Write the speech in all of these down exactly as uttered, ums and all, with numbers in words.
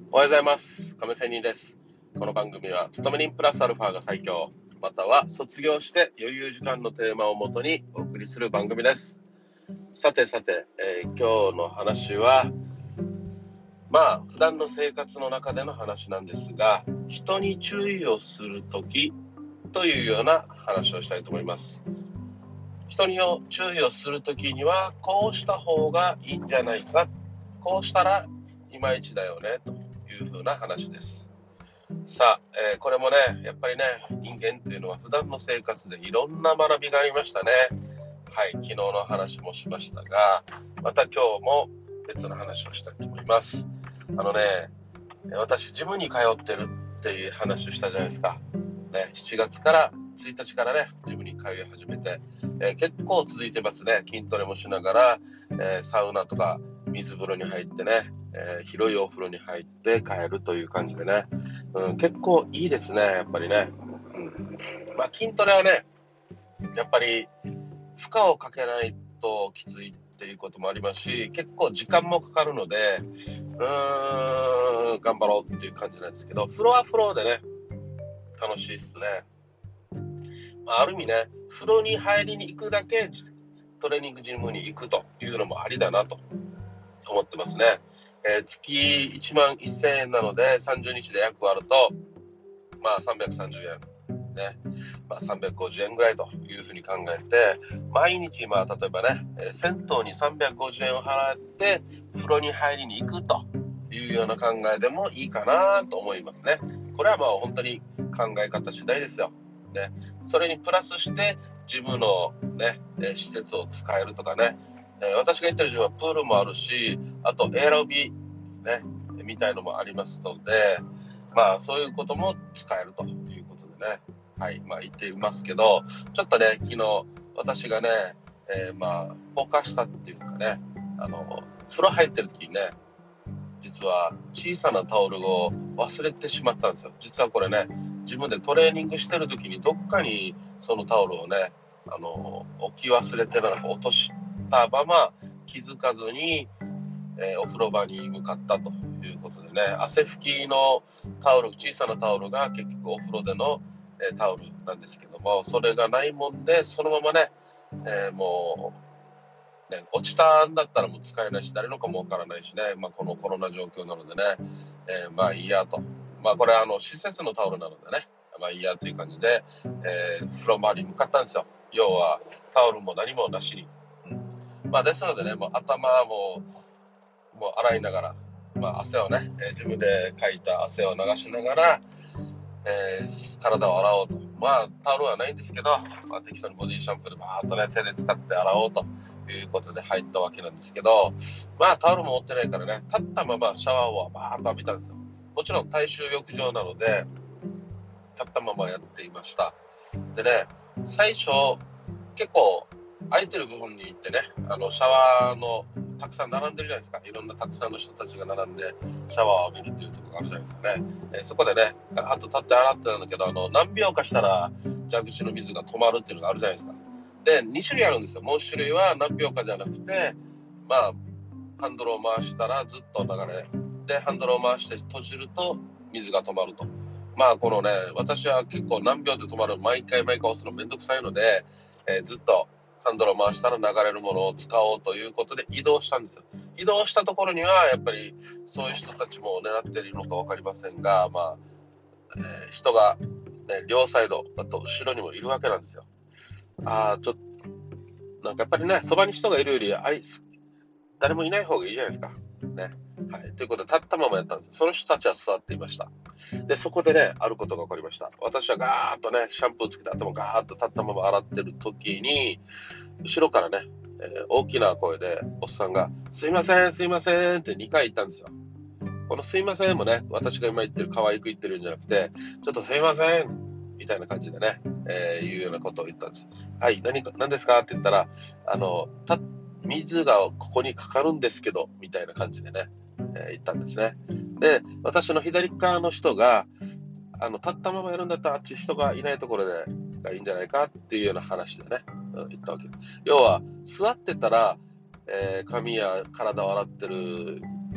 おはようございます。亀仙人です。この番組は、勤め人プラスアルファが最強、または卒業して余裕時間のテーマをもとにお送りする番組です。さてさて、えー今日の話は、まあ、普段の生活の中での話なんですが、人に注意をするときというような話をしたいと思います。人に注意をするときには、こうした方がいいんじゃないか、こうしたらいまいちだよね、というふうな話です。さあ、えーこれもね、やっぱりね、人間というのは普段の生活でいろんな学びがありましたね。はい、昨日の話もしましたが、また今日も別の話をしたいと思います。あのね、私、ジムに通ってるっていう話をしたじゃないですか。ね、しちがつから、ついたちからね、ジムに通い始めて、えー結構続いてますね。筋トレもしながら、えーサウナとか水風呂に入ってね、えー広いお風呂に入って帰るという感じでね、うん、結構いいですね、やっぱりね。うんまあ、筋トレはね、やっぱり負荷をかけないときついっていうこともありますし、結構時間もかかるので、うーん、頑張ろうっていう感じなんですけど、フロアフローでね、楽しいっすね。まあ、ある意味ね、風呂に入りに行くだけトレーニングジムに行くというのもありだなと思ってますね。えー月いちまんせんえんなので、さんじゅうにちで約割ると、まあさんびゃくさんじゅうえん。ね。まあさんびゃくごじゅうえんぐらいというふうに考えて、毎日まあ例えばね、えー銭湯にさんびゃくごじゅうえんを払って風呂に入りに行くというような考えでもいいかなと思いますね。これはまあ本当に考え方次第ですよ。ね。それにプラスしてジムのね、えー施設を使えるとかね、えー私が行ってるジムはプールもあるし、あとエアロビね、みたいのもありますので、まあそういうことも使えるということでね、はい、まあ言っていますけど、ちょっとね、昨日私がね、えーまあ、放火したっていうかね、あの、風呂入ってる時にね、実は小さなタオルを忘れてしまったんですよ。実はこれね、自分でトレーニングしてる時にどっかにそのタオルをね、あの、置き忘れてなんか落としたまま気づかずに、えーお風呂場に向かったということでね、汗拭きのタオル、小さなタオルが結局お風呂での、えータオルなんですけども、それがないもんで、そのままね、えーもう、ね、落ちたんだったらもう使えないし、誰のかもわからないしね、まあ、このコロナ状況なのでね、えーまあいいやと。まあこれはあの施設のタオルなのでね、まあいいやという感じで、えー風呂場に向かったんですよ。要はタオルも何もなしに。うん、まあですのでね、もう頭ももう洗いながら、まあ、汗をね、えー自分でかいた汗を流しながら、えー体を洗おうと。まあ、タオルはないんですけど、まあ、適当にボディシャンプーでバーッとね、手で使って洗おうということで入ったわけなんですけど、まあ、タオルも持ってないからね、立ったままシャワーをバーッと浴びたんですよ。もちろん大衆浴場なので、立ったままやっていました。でね、最初、結構空いてる部分に行ってね、あのシャワーのたくさん並んでるじゃないですか。いろんなたくさんの人たちが並んでシャワーを浴びるっていうところがあるじゃないですかね。えーそこでね、ガーッと立って洗ってたんだけど、あの何秒かしたら蛇口の水が止まるっていうのがあるじゃないですか。で、に種類あるんですよ。もういち種類は何秒かじゃなくて、まあ、ハンドルを回したらずっと流れで、ハンドルを回して閉じると水が止まると。まあこのね、私は結構何秒で止まる毎回毎回押すのめんどくさいので、えーずっとハンドルを回したら流れるものを使おうということで移動したんですよ。移動したところにはやっぱりそういう人たちも狙っているのか分かりませんが、まあ、えー人が、ね、両サイド、あと後ろにもいるわけなんですよ。ああ、ちょっと、なんかやっぱりね、そばに人がいるよりあい誰もいない方がいいじゃないですか。ね。はい。ということで、立ったままやったんです。その人たちは座っていました。で、そこでね、あることが分かりました。私はガーッとね、シャンプーつけて頭ガーッと立ったまま洗ってる時に、後ろからね、えー大きな声で、おっさんが、すいません、すいませんってにかい言ったんですよ。このすいませんもね、私が今言ってる可愛く言ってるんじゃなくて、ちょっとすいませんみたいな感じでね、えーいうようなことを言ったんです。はい、何か、何ですかって言ったら、あの、た、水がここにかかるんですけど、みたいな感じでね、えー言ったんですね。で、私の左側の人が、あの、立ったままやるんだったら、あっち人がいないところで、がいいんじゃないかっていうような話でね、うん、言ったわけ。要は、座ってたら、えー髪や体を洗ってる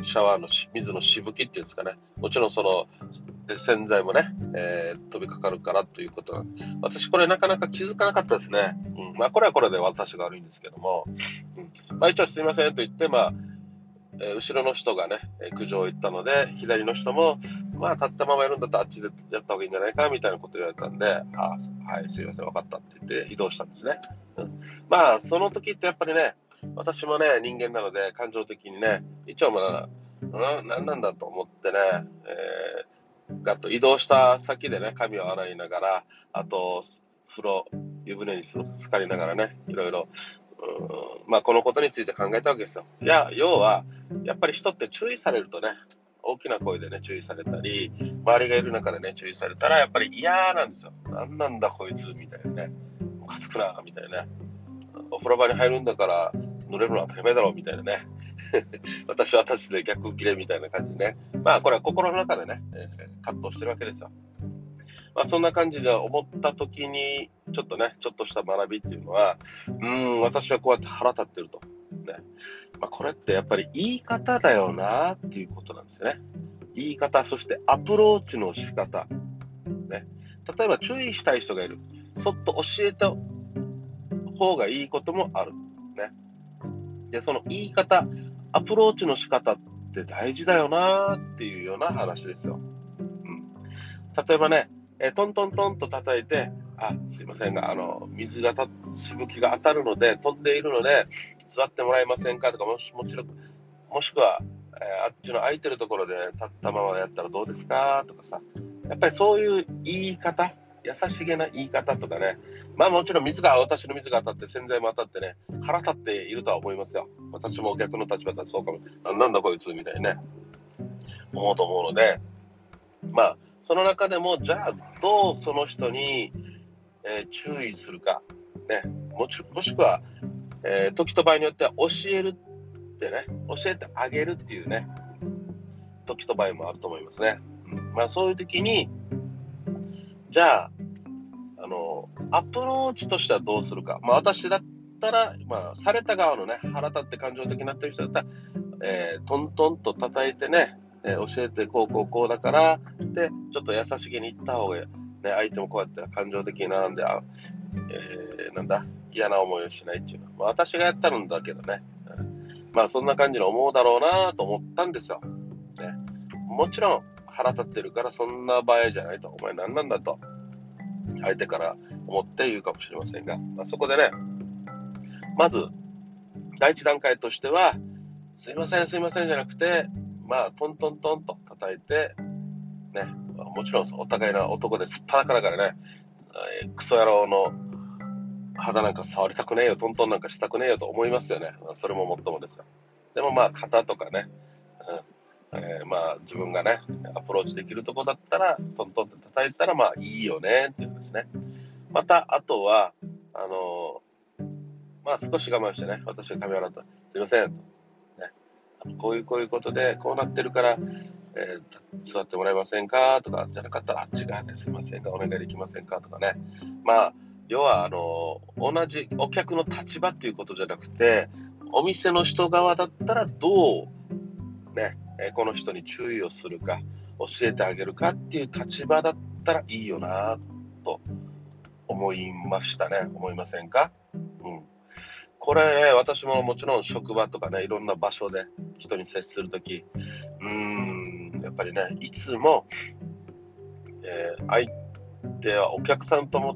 シャワーの水のしぶきっていうんですかね、もちろんその洗剤もね、えー、飛びかかるからということなんで、私これなかなか気づかなかったですね。うん、まあこれはこれで私が悪いんですけども、うん、まあ一応すいませんと言って、まあ、えー、後ろの人がね、苦情を言ったので、左の人も、まあ立ったままやるんだったらあっちでやった方がいいんじゃないかみたいなことを言われたんで、あはい、すいません、分かったって言って移動したんですね。うん、まあその時ってやっぱりね、私もね、人間なので感情的にね、一応まあ、うん、何なんだと思ってね、えー、ガッと移動した先でね、髪を洗いながら、あと、風呂、湯船に浸かりながらね、いろいろ、うん、まあこのことについて考えたわけですよ。いや、要は、やっぱり人って注意されるとね、大きな声でね、注意されたり、周りがいる中でね、注意されたら、やっぱり嫌なんですよ。なんなんだこいつ、みたいなね。ムカつくな、みたいなね。お風呂場に入るんだから濡れるのは当たり前だろうみたいなね私は私で逆切れみたいな感じでね、まあこれは心の中でね、えー、葛藤してるわけですよ。まあそんな感じで思った時にちょっとねちょっとした学びっていうのは、うーん私はこうやって腹立ってるとね、まあ、これってやっぱり言い方だよなっていうことなんですよね。言い方、そしてアプローチの仕方ね。例えば注意したい人がいる、そっと教えて方がいいこともある、ね、でその言い方、アプローチの仕方って大事だよなっていうような話ですよ。うん、例えばね、えー、トントントンと叩いて、あ、すいませんが、あの水がたしぶきが当たるので飛んでいるので座ってもらえませんかとか、もしもちろんもしくは、えー、あっちの空いてるところで立ったままやったらどうですかとかさ、やっぱりそういう言い方、優しげな言い方とかね、まあもちろん水が、私の水が当たって洗剤も当たってね、腹立っているとは思いますよ。私も逆の立場だったらそうかも、なんだこいつみたいにね、思うと思うので、まあその中でもじゃあどうその人に、えー、注意するか、ね、もし、もしくは、えー、時と場合によっては教えるってね、教えてあげるっていうね、時と場合もあると思いますね。うん、まあそういう時に、じゃあ、あの、アプローチとしてはどうするか。まあ私だったら、まあされた側のね、腹立って感情的になってる人だったら、えー、トントンと叩いてね、えー、教えてこうこうこうだから、で、ちょっと優しげに言った方が、ね、相手もこうやって感情的に並んで、あ、えー、なんだ、嫌な思いをしないっていうのは、まあ私がやったんだけどね、うん、まあそんな感じに思うだろうなと思ったんですよ。ね、もちろん腹立ってるからそんな場合じゃないと、お前何なんだと。相手から思って言うかもしれませんが、まあ、そこでね、まず第一段階としては、すいませんすいませんじゃなくて、まあトントントンと叩いてね、もちろんお互いの男ですっぱだかだからね、えー、クソ野郎の肌なんか触りたくねえよ、トントンなんかしたくねえよと思いますよね。それももっともですよ。でもまあ肩とかね、うん、えー、まあ自分がねアプローチできるとこだったらトントンと叩いたらまあいいよねっていうんですね。またあとはあのー、まあ少し我慢してね、私が髪洗ったらすいません、ね、こういうこういうことでこうなってるから、えー、座ってもらえませんかとか、じゃなかったらあっち側ですいませんか、お願いできませんかとかね。まあ要はあのー、同じお客の立場っていうことじゃなくて、お店の人側だったらどうね、えー、この人に注意をするか教えてあげるかっていう立場だったらいいよなと思いましたね。思いませんか？うん。これね、私ももちろん職場とかね、いろんな場所で人に接するとき、うーん、やっぱりね、いつも、えー、相手はお客さんと思って、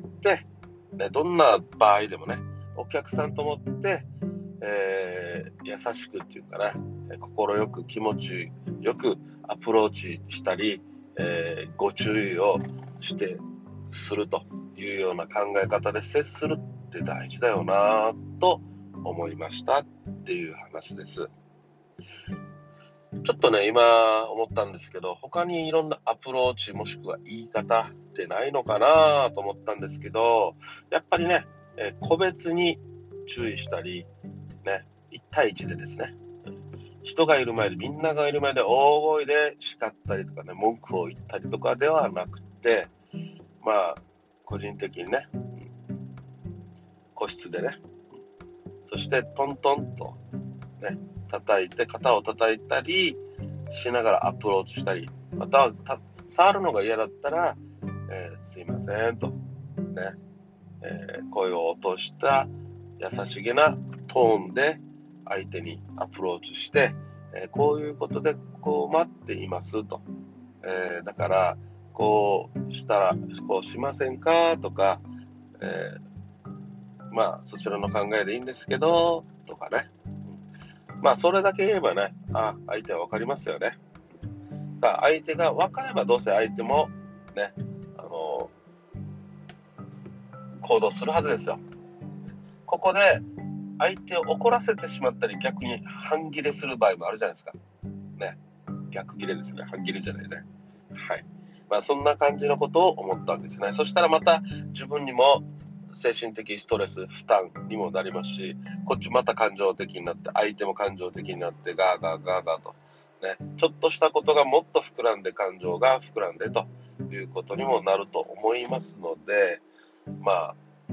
ね、どんな場合でもね、お客さんと思って、えー、優しくっていうかな、心よく気持ちよくアプローチしたり、えー、ご注意をしてするというような考え方で接するって大事だよなと思いましたっていう話です。ちょっとね今思ったんですけど、他にいろんなアプローチもしくは言い方ってないのかなと思ったんですけど、やっぱりね、えー、個別に注意したりね、いち対いちでですね、人がいる前で、みんながいる前で大声で叱ったりとかね、文句を言ったりとかではなくて、まあ個人的にね、個室でね、そしてトントンとね叩いて、肩を叩いたり、 しながらアプローチしたり、またはた触るのが嫌だったら、えー、すいませんと、ね、えー、声を落とした優しげなトーンで相手にアプローチして、えー、こういうことでこう待っていますと、えー、だからこうしたらこうしませんかとか、えー、まあそちらの考えでいいんですけどとかね、まあそれだけ言えばね、あ、相手は分かりますよね。だ相手が分かればどうせ相手もね、あの行動するはずですよ。ここで相手を怒らせてしまったり、逆に半切れする場合もあるじゃないですか。ね、逆切れですね。半切れじゃないね。はい。まあそんな感じのことを思ったわけですね。そしたらまた自分にも精神的ストレス、負担にもなりますし、こっちまた感情的になって、相手も感情的になって、ガーガーガーガーと、ね、ちょっとしたことがもっと膨らんで、感情が膨らんでということにもなると思いますので、まあ、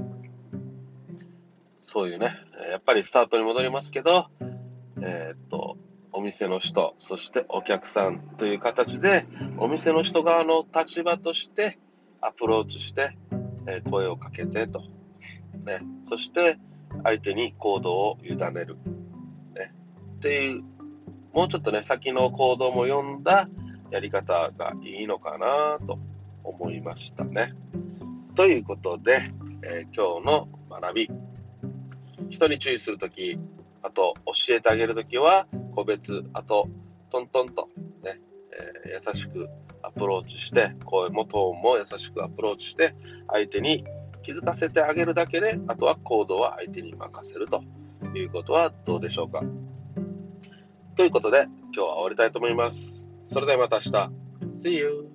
そういうね、やっぱりスタートに戻りますけど、えー、っと、お店の人、そしてお客さんという形で、お店の人側の立場としてアプローチして、えー、声をかけてと。ね、そして相手に行動を委ねる、ね、っていうもうちょっとね先の行動も読んだやり方がいいのかなと思いましたね。ということで、えー、今日の学び、人に注意するとき、あと教えてあげるときは個別、あとトントンと、ねえー、優しくアプローチして、声もトーンも優しくアプローチして相手に気づかせてあげるだけで、あとは行動は相手に任せるということはどうでしょうか。ということで今日は終わりたいと思います。それではまた明日。See you!